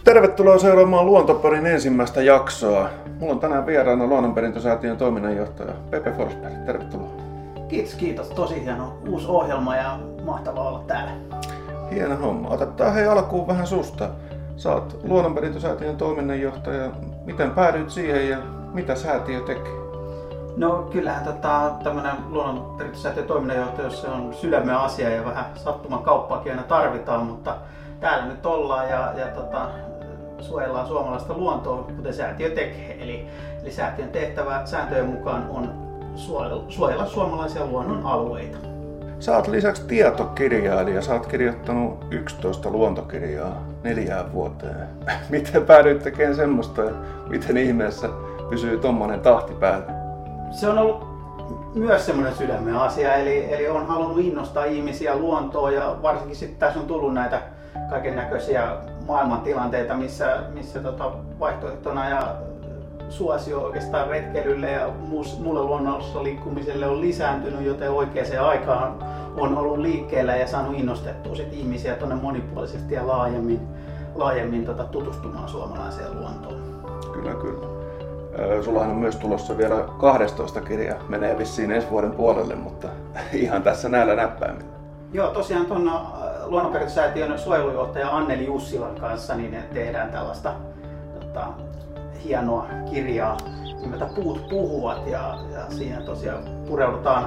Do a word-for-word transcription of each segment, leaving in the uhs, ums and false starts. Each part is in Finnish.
Tervetuloa seuraamaan Luontoporin ensimmäistä jaksoa. Mulla on tänään vieraana Luonnonperintösäätiön toiminnanjohtaja Pepe Forsberg. Tervetuloa. Kiitos, kiitos. Tosi hieno uusi ohjelma ja mahtavaa olla täällä. Hieno homma. Otetaan hei alkuun vähän susta. Sä oot Luonnonperintösäätiön toiminnanjohtaja. Miten päädyit siihen ja mitä säätiö tekee? No kyllähän tota, tämmönen Luonnonperintösäätiön toiminnanjohtaja, se on sydämen asia ja vähän sattuman kauppaakin aina tarvitaan, mutta täällä nyt ollaan ja, ja tota, suojellaan suomalaista luontoa, kuten säätiö tekee. Eli, eli säätiön tehtävä sääntöjen mukaan on suojella, suojella suomalaisia luonnon alueita. Sä oot lisäksi tietokirjailija. Sä oot kirjoittanut yksitoista luontokirjaa neljään vuoteen. Miten päädyit tekemään semmoista ja miten ihmeessä pysyy tommonen tahti päällä? Se on ollut myös semmoinen sydämen asia, eli, eli on halunnut innostaa ihmisiä luontoon ja varsinkin sitten tässä on tullut näitä kaiken näköisiä maailmantilanteita, missä, missä tota vaihtoehtona ja suosio oikeastaan retkeilylle ja muulle luonnolliselle liikkumiselle on lisääntynyt, joten oikeaan aikaan on ollut liikkeellä ja saanut innostettua sit ihmisiä tuonne monipuolisesti ja laajemmin, laajemmin tota, tutustumaan suomalaiseen luontoon. Kyllä, kyllä. Sullahan on myös tulossa vielä kaksitoista kirja, menee vissiin ensi vuoden puolelle, mutta ihan tässä näillä näppäimillä. Joo, tosiaan tuon Luonnonperintösäätiön suojelujohtaja Anneli Jussilan kanssa niin tehdään tällaista tota, hienoa kirjaa nimeltä Puut puhuvat ja, ja siinä tosiaan pureudutaan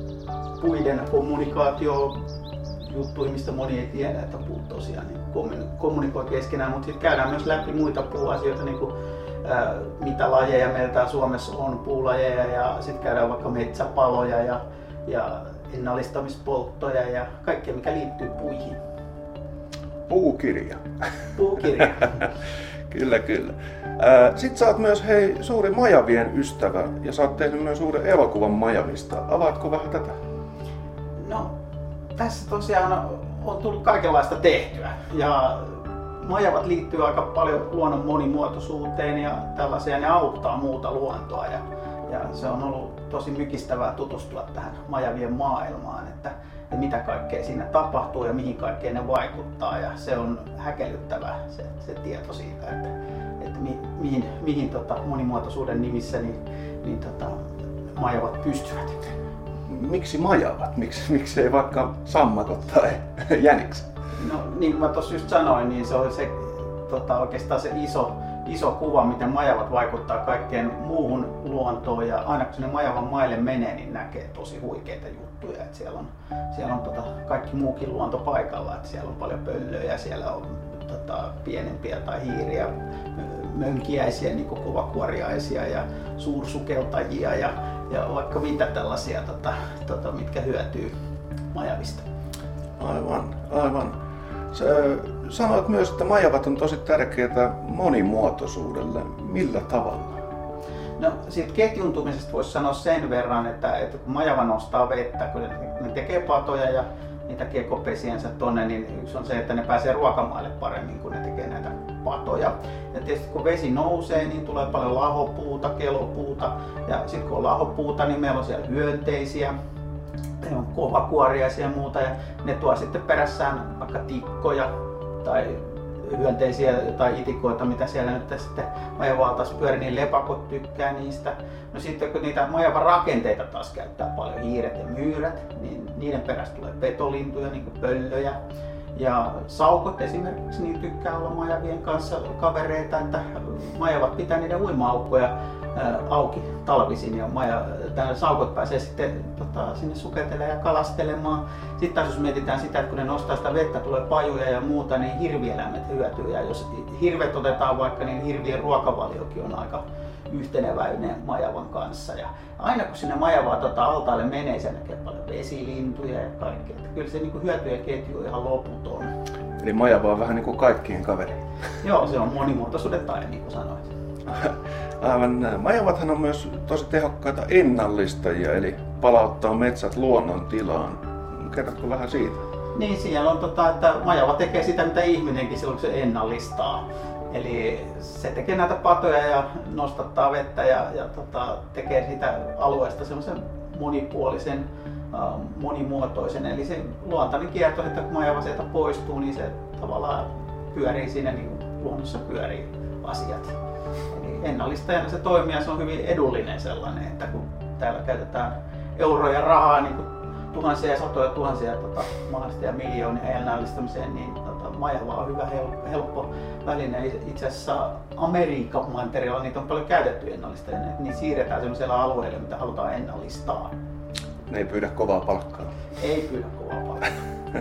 puiden kommunikaatio juttuihin, mistä moni ei tiedä, että puut tosiaan niin kommunikoi keskenään, mutta sitten käydään myös läpi muita puuasioita, niin kuin ää, mitä lajeja meillä täällä Suomessa on, puulajeja, ja sitten käydään vaikka metsäpaloja ja, ja ennallistamispolttoja ja kaikkea, mikä liittyy puihin. Puukirja. Puukirja. Kyllä, kyllä. Sitten sä oot myös hei, suuri majavien ystävä ja sä oot tehnyt myös uuden elokuvan majavista. Avaatko vähän tätä? No, tässä tosiaan on tullut kaikenlaista tehtyä. Ja majavat liittyy aika paljon luonnon monimuotoisuuteen ja tällaiseen, ne auttaa muuta luontoa. Ja, ja se on ollut tosi mykistävää tutustua tähän majavien maailmaan, että, että mitä kaikkea siinä tapahtuu ja mihin kaikkeen ne vaikuttaa. Ja se on häkellyttävää se, se tieto siitä, että, että mi, mihin, mihin tota, monimuotoisuuden nimissä niin, niin tota, majavat pystyvät. Miksi majavat? Miksi, miksi ei vaikka sammakot tai jänikset? No niin kuin mä tuossa just sanoin, niin se on se, tota, oikeastaan se iso, iso kuva, miten majavat vaikuttaa kaikkeen muuhun luontoon. Ja aina kun sinne majavan maille menee, niin näkee tosi huikeita juttuja. Et siellä on, siellä on tota, kaikki muukin luonto paikalla. Et siellä on paljon pöllöjä, siellä on tota, pienempiä tai hiiriä, mönkiäisiä, niin kuin kovakuoriaisia ja suursukeltajia ja, ja vaikka mitä tällaisia, tota, tota, mitkä hyötyy majavista. Aivan, aivan. Sä sanoit myös, että majavat on tosi tärkeitä monimuotoisuudelle. Millä tavalla? No siitä ketjuntumisesta voisi sanoa sen verran, että, että kun majava nostaa vettä, kun ne tekee patoja ja niitä kiekopesiänsä tonne, niin yksi on se, että ne pääsee ruokamaille paremmin, kun ne tekee näitä patoja. Ja tietysti kun vesi nousee, niin tulee paljon lahopuuta, kelopuuta. Ja sitten kun on lahopuuta, niin meillä on siellä hyönteisiä. Ne on kovakuoriaisia ja muuta, ja ne tuo sitten perässään vaikka tikkoja tai hyönteisiä tai itikoita, mitä siellä nyt sitten majavaltaassa pyörii, niin lepakot tykkää niistä. No sitten kun niitä majavan rakenteita taas käyttää paljon, hiiret ja myyrät, niin niiden perässä tulee petolintuja, niin kuin pöllöjä. Ja saukot esimerkiksi, niin tykkää olla majavien kanssa kavereita, että majavat pitää niiden uima-aukkoja auki talvisin ja maja, saukot pääsee sitten tota, sinne sukeltelemaan ja kalastelemaan. Sitten taas jos mietitään sitä, että kun ne nostaa sitä vettä, tulee pajuja ja muuta, niin hirvieläimet hyötyy. Ja jos hirvet otetaan vaikka, niin hirvien ruokavaliokin on aika yhteneväinen majavan kanssa. Ja aina kun sinne majavaa tota, altaalle menee, se näkee paljon vesilintuja ja kaikkea. Että kyllä se niin kuin hyötyjen ketju on ihan loputon. Eli majava on vähän niin kuin kaikkien kaveri. Joo, se on monimuotoisuuden taide, niin kuin sanoit. Aivan näin. Majavathan on myös tosi tehokkaita ennallistajia, eli palauttaa metsät luonnon tilaan. Kerrotko vähän siitä? Niin, siellä on, tota, että majava tekee sitä, mitä ihminenkin silloin, kun se ennallistaa. Eli se tekee näitä patoja ja nostattaa vettä ja, ja tota, tekee siitä alueesta semmoisen monipuolisen, äh, monimuotoisen. Eli se luontainen kierto, että kun majava sieltä poistuu, niin se tavallaan pyörii siinä niin luonnossa pyörii asiat. Eli ennallistajana se toimii ja se on hyvin edullinen sellainen, että kun täällä käytetään euroja rahaa niin kuin tuhansia ja satoja tuhansia tota, mahdollista ja miljoonia ennallistamiseen, niin tota, majava on hyvä helppo väline. Itse asiassa Amerikan mantereella niitä on paljon käytetty ennallistajia, niin siirretään sellaiselle alueelle, mitä halutaan ennallistaa. Ne ei pyydä kovaa palkkaa. Ei pyydä kovaa palkkaa.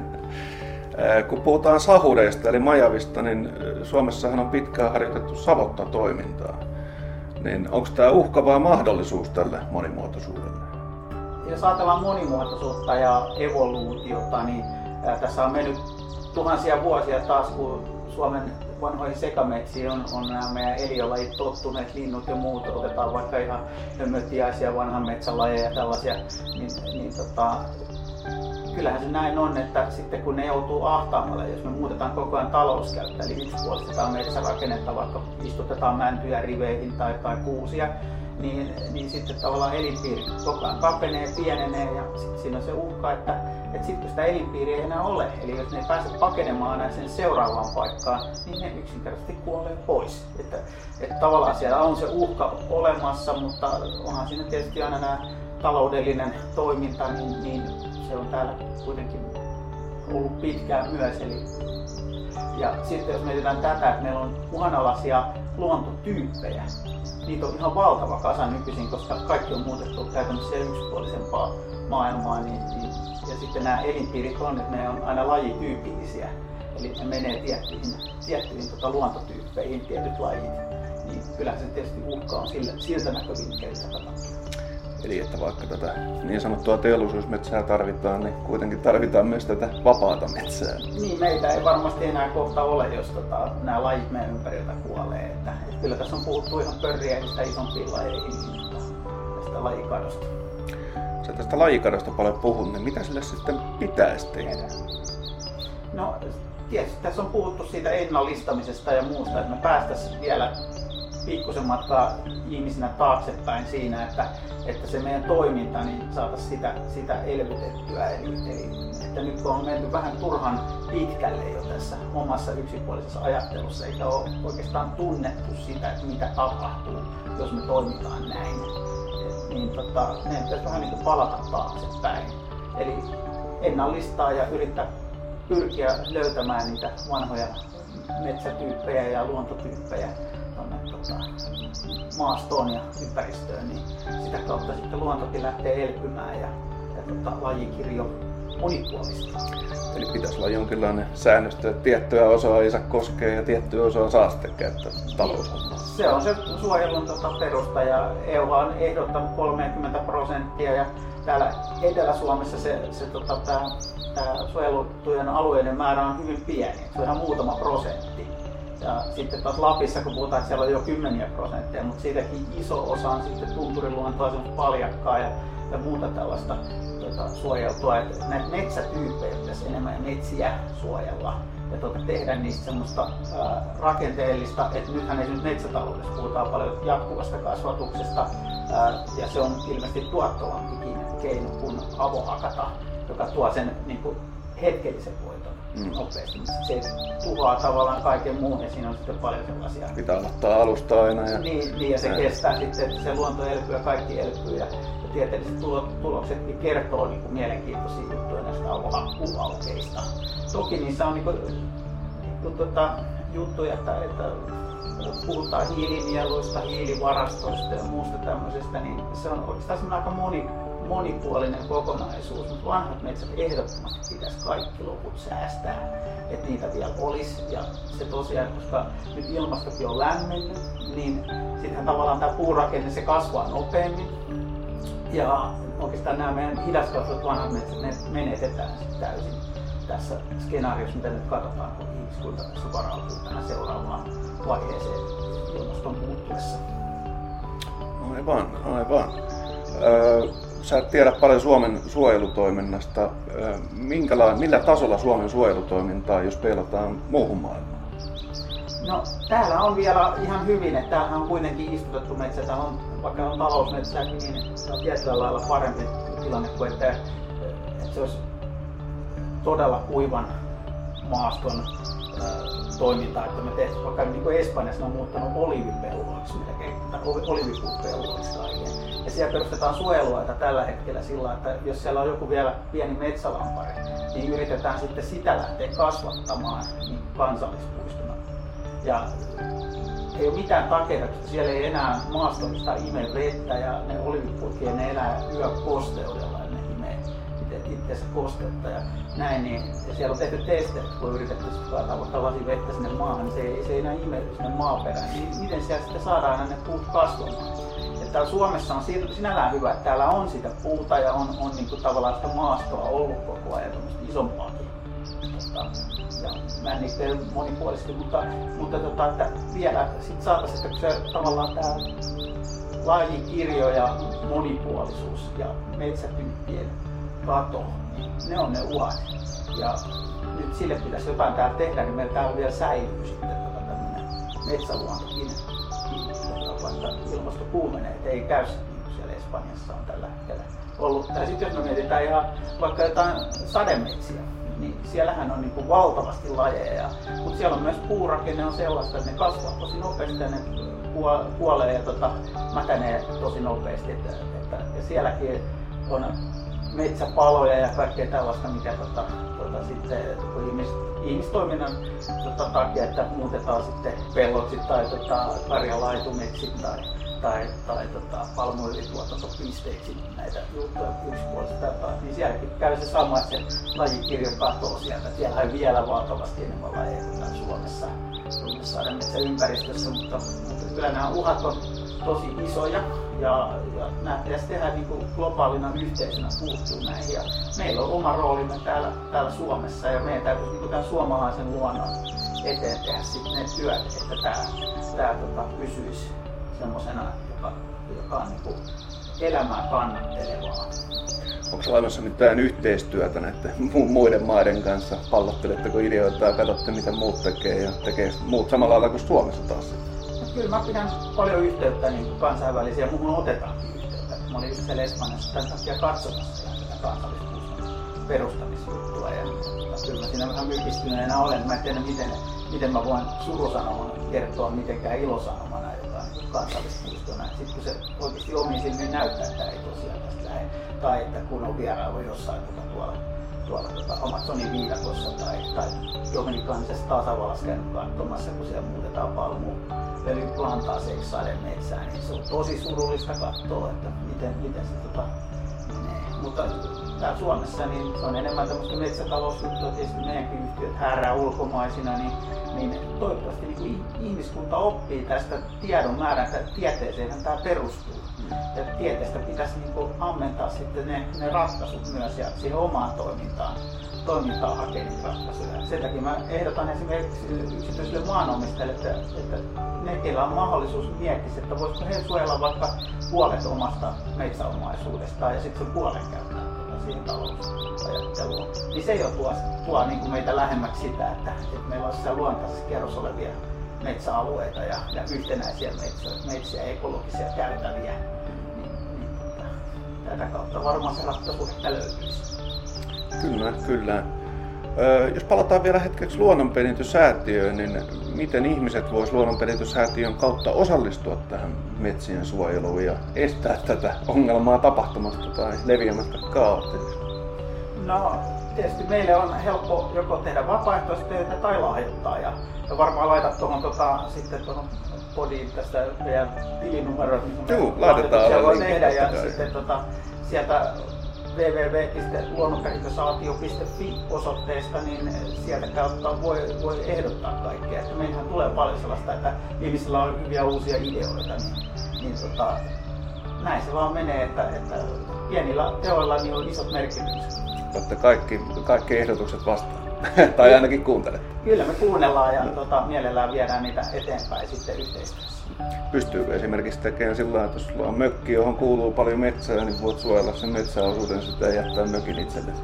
Kun puhutaan sahureista eli majavista, niin Suomessahan on pitkään harjoitettu savottatoimintaa. Niin onko tämä uhka vai mahdollisuus tälle monimuotoisuudelle? Jos ajatellaan monimuotoisuutta ja evoluutiota, niin tässä on mennyt tuhansia vuosia taas, kun Suomen vanhoihin sekametsiin on, on nämä meidän eliölajit tottuneet, linnut ja muut, otetaan vaikka ihan hömötiaisia, vanhan metsälajeja ja tällaisia, niin, niin tota, kyllähän se näin on, että sitten kun ne joutuu ahtaamalle, jos me muutetaan koko ajan talouskäyttöä, eli yksipuolistetaan metsärakennetta, vaikka istutetaan mäntyjä riveihin tai, tai kuusia, niin, niin sitten tavallaan elinpiiri koko ajan kapenee, pienenee ja sitten siinä on se uhka, että, että sitten sitä elinpiiriä ei enää ole. Eli jos ne ei pääse pakenemaan enää sen seuraavaan paikkaan, niin ne yksinkertaisesti kuolee pois. Että, että tavallaan siellä on se uhka olemassa, mutta onhan siinä tietysti aina nämä taloudellinen toiminta, niin, niin se on täällä kuitenkin ollut pitkään myös. Eli, ja sitten jos mietitään tätä, että meillä on uhanalaisia luontotyyppejä, niitä on ihan valtava kasa nykyisin, koska kaikki on muutettu käytännössä yksipuolisempaa maailmaa. Niin, niin, ja sitten nämä elinpiirit on, että ne on aina lajityypillisiä. Eli ne menee tiettyihin, tiettyihin tota, luontotyyppeihin, tietyt lajit. Niin kyllähän se tietysti uhka on sillä, siltä näkövinkkeliltä. Eli että vaikka tätä niin sanottua teollisuusmetsää tarvitaan, niin kuitenkin tarvitaan myös tätä vapaata metsää. Niin, meitä ei varmasti enää kohta ole, jos tota, nämä lajit meidän ympäriltä kuolee. Että, et kyllä tässä on puhuttu ihan pörriäisistä isompiin lajeihin tästä lajikadosta. Sä tästä lajikadosta paljon puhut, niin mitä sille sitten pitäisi tehdä? No tietysti tässä on puhuttu siitä ennallistamisesta ja muusta, että me päästäisiin vielä pikkusen matkaa ihmisinä taaksepäin siinä, että, että se meidän toiminta niin saataisiin sitä, sitä elvytettyä. Eli, eli että nyt kun on menty vähän turhan pitkälle jo tässä omassa yksipuolisessa ajattelussa, eikä ole oikeastaan tunnettu sitä, että mitä tapahtuu, jos me toimitaan näin, et, niin tota, meidän pitäisi vähän niin kuin palata taaksepäin. Eli ennallistaa ja yrittää pyrkiä löytämään niitä vanhoja metsätyyppejä ja luontotyyppejä Tota, maastoon ja ympäristöön, niin sitä kautta sitten luontokin lähtee elpymään ja, ja tota, lajikirjo monipuolistuu. Eli pitäisi olla jonkinlainen säännöstö, että tiettyä osaa ei saa koskea ja tiettyä osaa saa sitten käyttää taloushommaa. Se on se suojelun tota, perusta ja E U on ehdottanut kolmekymmentä prosenttia ja täällä Etelä-Suomessa se, se tota, tää, tää suojeltujen alueiden määrä on hyvin pieni, se on ihan muutama prosentti. Ja sitten taas Lapissa, kun puhutaan, että siellä on jo kymmeniä prosentteja, mutta siitäkin iso osa on sitten tunturiluontoa, paljakkaa ja, ja muuta tällaista tota, suojeltua. Että näitä metsätyyppejä pitäisi enemmän ja metsiä suojella ja tota, tehdä niistä semmoista ää, rakenteellista, että nythän esimerkiksi metsätaloudessa puhutaan paljon jatkuvasta kasvatuksesta ää, ja se on ilmeisesti tuottavampikin keino kuin avohakata, joka tuo sen niin kuin, hetkellisen voiton. Mm. nopeasti. Se tuhoaa tavallaan kaiken muun ja siinä on sitten paljon sellaisia. Pitää aloittaa alusta aina. Ja, niin, niin, ja se näin. Kestää sitten, että se luonto elpyy ja kaikki elpyy. Ja, ja tieteelliset tuloksetkin kertoo niin kuin mielenkiintoisia juttuja näistä avohakkuuaukeista. Toki niissä on niin kuin, niin kuin, tota, juttuja, että, että puhutaan hiilinieluista, hiilivarastoista ja muusta tämmöisestä, niin se on oikeastaan semmoinen aika moni, monipuolinen kokonaisuus, mutta vanhat metsät ehdottomasti pitäisi kaikki loput säästää, että niitä vielä olisi. Ja se tosiaan, koska nyt ilmastokin on lämmennyt, niin sittenhän tavallaan tämä puurakenne se kasvaa nopeammin. Ja oikeastaan nämä meidän hidaskasvavat vanhat metsät, ne menetetään täysin tässä skenaariossa, mitä nyt katsotaan, kun ihmiskunta varautuu tänä seuraavaan vaiheeseen ilmaston muuttuessa. Aivan, aivan. Öö, sä et tiedä paljon Suomen suojelutoiminnasta. Öö, millä tasolla Suomen suojelutoimintaa, jos peilataan muuhun maailmaan? No, täällä on vielä ihan hyvin, että täällähän on kuitenkin istutettu metsä. Täällä on, vaikka on talousmetsääkin, niin se on tietyllä lailla parempi tilanne kuin että, että se olisi todella kuivan maaston toimintaa, että me tehtiin vaikka niin kuin Espanjassa on muuttanut olivipelloiksi melkein, tai olivipuupelloiksi kaiken. Ja siellä perustetaan suojeluaita tällä hetkellä sillä, että jos siellä on joku vielä pieni metsälampari, niin yritetään sitten sitä lähteä kasvattamaan niin kansallispuistona. Ja ei ole mitään takeita, koska siellä ei enää maastollista ime vettä ja ne olivipuutkin ne elää yökosteudella ja ne imee itseensä kosteutta ja näin. Niin, ja siellä on tehty testejä, kun on yritetty kaataa vaikka lasi vettä sinne maahan, niin se ei, se ei enää imeydy sinne maaperään. Niin miten siellä sitten saadaan aina ne puut kasvamaan? Ja täällä Suomessa on sinällään hyvä, että täällä on sitä puuta ja on, on niin kuin tavallaan sitä maastoa ollut koko ajan isompaakin. Tota, ja mä en niitä monipuolisesti, mutta, mutta tota, että vielä sit saataisiin, että se tavallaan tämä lajikirjo ja monipuolisuus ja metsätyyppien kato, niin ne on ne uhat. Ja nyt sille pitäisi jotain täällä tehdä, niin meillä täällä vielä säilyy sitten tota tämmöinen metsäluontokin, vaikka ilmasto kuumenee, että ei käy niin kuin siellä Espanjassa on tällä hetkellä ollut. Tai sitten jos me mietitään ihan vaikka jotain sademetsiä, niin siellähän on niin kuin valtavasti lajeja, mutta siellä on myös puurakenne on sellaista, että ne kasvaa tosi nopeasti ja ne kuolee ja tota, mätänee tosi nopeasti. Että, että, ja sielläkin on metsäpaloja ja kaikkea tällaista, mikä tota, tota, sitten, ihmis, ihmistoiminnan tota, takia, että muutetaan sitten pelloksi tai tota, karjalaitumetsiksi tai, tai, tai tota, palmuöljytuotantopisteiksi näitä juttuja yksipuolista, niin sielläkin käy se sama, että se lajikirjo katoo sieltä. Siellä on vielä valtavasti enemmän lajeja kuin Suomessa, Suomessa metsäympäristössä, mutta, mutta kyllä nämä uhat on tosi isoja ja, ja nämä pitäisi tehdä niin kuin globaalina yhteisönä puuttuu näihin. Ja meillä on oma roolimme täällä, täällä Suomessa ja meidän täytyisi niin kuin tämän suomalaisen luonnon eteen tehdä sitten ne työt, että tämä, tämä tota, pysyisi semmoisena, joka, joka on niin kuin elämää kannattelevaa. Onko olemassa mitään yhteistyötä näiden muiden maiden kanssa? Pallotteletteko ideoita ja katsotte mitä muut tekee ja tekee muut samalla lailla kuin Suomessa taas? Kyllä mä pidän paljon yhteyttä niin kuin kansainvälisiä, muuhun otetaankin yhteyttä. Mä olin just siellä Espanjassa tämän takia katsomassa tätä kansallispuiston perustamisjuttua. Ja kyllä mä siinä vähän mykistyneenä olen. Mä en tiedä miten, miten mä voin surusanomana kertoa mitenkään ilosanomana joka niin kansallispuistona. Sitten kun se oikeasti omiin silmiin näyttää, että ei tosiaan tästä lähde. Tai että kun on vierailu jossain tuolla, tuolla tuota Amazonin viidakossa tai, tai Dominikanisessa tasavallassa käynyt katsomassa, kun siellä muutetaan palmua öljyplantaaseiksi sademetsään, niin se on tosi surullista katsoa, että miten, miten se tota menee. Mutta täällä Suomessa niin se on enemmän tämmöistä metsätalousjuttua, tietysti meidänkin yhtiöt häärää ulkomaisina, niin, niin toivottavasti niin ihmiskunta oppii tästä tiedon määrän, että tieteeseen tämä perustuu. Ja tieteestä pitäisi niin kuin ammentaa sitten ne, ne ratkaisut myös ja siihen omaan toimintaan, toimintaan hakea niitä ratkaisuja. Sen takia mä ehdotan esimerkiksi yksityisille maanomistajille, että, että ne, keillä on mahdollisuus miettiä, että voisiko he suojella vaikka puolet omasta metsäomaisuudestaan ja sitten sen puolen käyttää siihen talousajatteluun. Niin se jo tuo, tuo niin kuin meitä lähemmäksi sitä, että, että meillä on siellä luontaisessa kerros olevia metsäalueita ja, ja yhtenäisiä metsä, metsiä, ekologisia käytäviä. Niin, niin, tota, tätä kautta varmaan se ratkaisu ehkä löytyisi. Kyllä, kyllä. Ö, jos palataan vielä hetkeksi Luonnonperintösäätiöön, niin miten ihmiset voisivat Luonnonperintösäätiön kautta osallistua tähän metsien suojeluun ja estää tätä ongelmaa tapahtumasta tai leviämästä kaoottisesti? No, tietysti meille on helppo joko tehdä vapaaehtoistyötä tai lahjoittaa. Ja, ja varmaan laitat tuohon tota, sitten tuohon podiin tästä meidän tilinumeroa, niin Joo, laitetaan voi tehdä ja kai. Sitten tota, sieltä double-u double-u double-u piste luonnonperintösäätiö piste fi osoitteesta, niin sieltä kautta voi, voi ehdottaa kaikkea. Että meillähän tulee paljon sellaista, että ihmisillä on hyviä uusia ideoita, niin, niin tota, näin se vaan menee, että, että pienillä teoilla niin on isot merkitykset. Että kaikki, kaikki ehdotukset vastaan, tai ainakin kuuntelet. Kyllä me kuunnellaan ja tota, mielellään viedään niitä eteenpäin sitten yhteistyössä. Pystyykö esimerkiksi tekemään sillä tavalla, että jos sulla on mökki, johon kuuluu paljon metsää, niin voit suojella sen metsäosuuden sitä ja jättää mökin itsellesi?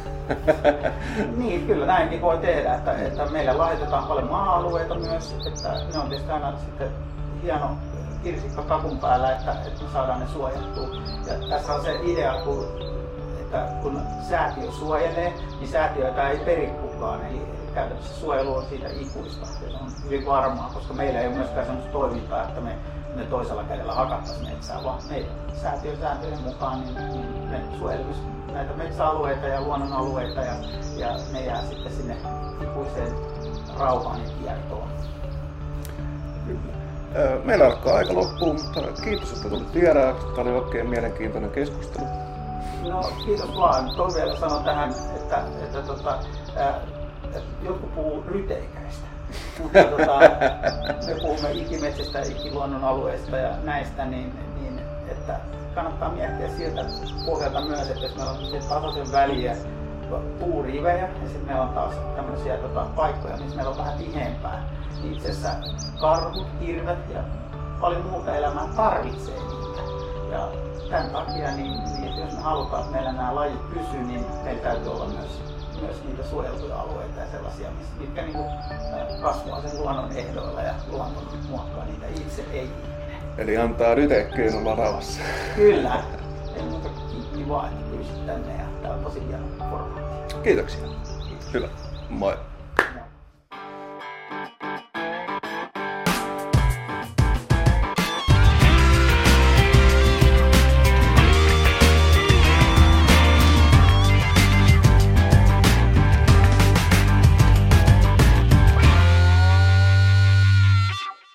Niin, kyllä näin niin voi tehdä, että, että meillä lahjoitetaan paljon maa-alueita myös, että ne on tietysti aina sitten hieno kirsikka kakun päällä, että, että me saadaan ne suojattua. Ja tässä on se idea, kun, että kun säätiö suojelee, niin säätiöitä ei peri kukaan. Eli käytännössä suojelu on siitä ikuista ja se on hyvin varmaa, koska meillä ei ole myöskään sellaista toimintaa, että me, me toisella kädellä hakattaisiin metsää, vaan meidän säätiösääntöjen mukaan niin, niin me suojelemme näitä metsäalueita ja luonnonalueita ja, ja ne jää sitten sinne ikuiseen rauhaan ja kiertoon. Meillä alkaa aika loppuun, mutta kiitos, että tulit vieraaksi. Tämä oli oikein mielenkiintoinen keskustelu. No kiitos vaan. Tuon vielä sanon tähän, että, että, tota, ää, että jotkut puhuu ryteikäistä. Mutta tota, me puhumme ikimetsistä ja ikiluonnonalueista ja näistä, niin, niin että kannattaa miettiä siltä pohjalta myös, että jos meillä on tasaisen väliä puurivejä ja sitten meillä on taas tämmöisiä tota, paikkoja, missä meillä on vähän tiheämpää. Niin itse asiassa karhut, hirvet ja paljon muuta elämää tarvitsee niitä. Ja tämän takia, niin, niin että jos me halutaan, että meillä nämä lajit pysyy, niin meillä täytyy olla myös, myös niitä suojeltuja alueita ja sellaisia, mitkä niin kuin, kasvaa sen luonnon ehdoilla ja luonnon muokkaa niitä itse, ei ihminen. Eli antaa ryteikkeen olla rauhassa. Kyllä. Ei muuta kiinni vaan, että pyysit tänne ja tää on tosi hieno formaatti. Kiitoksia. Kiitos. Hyvä. Moi.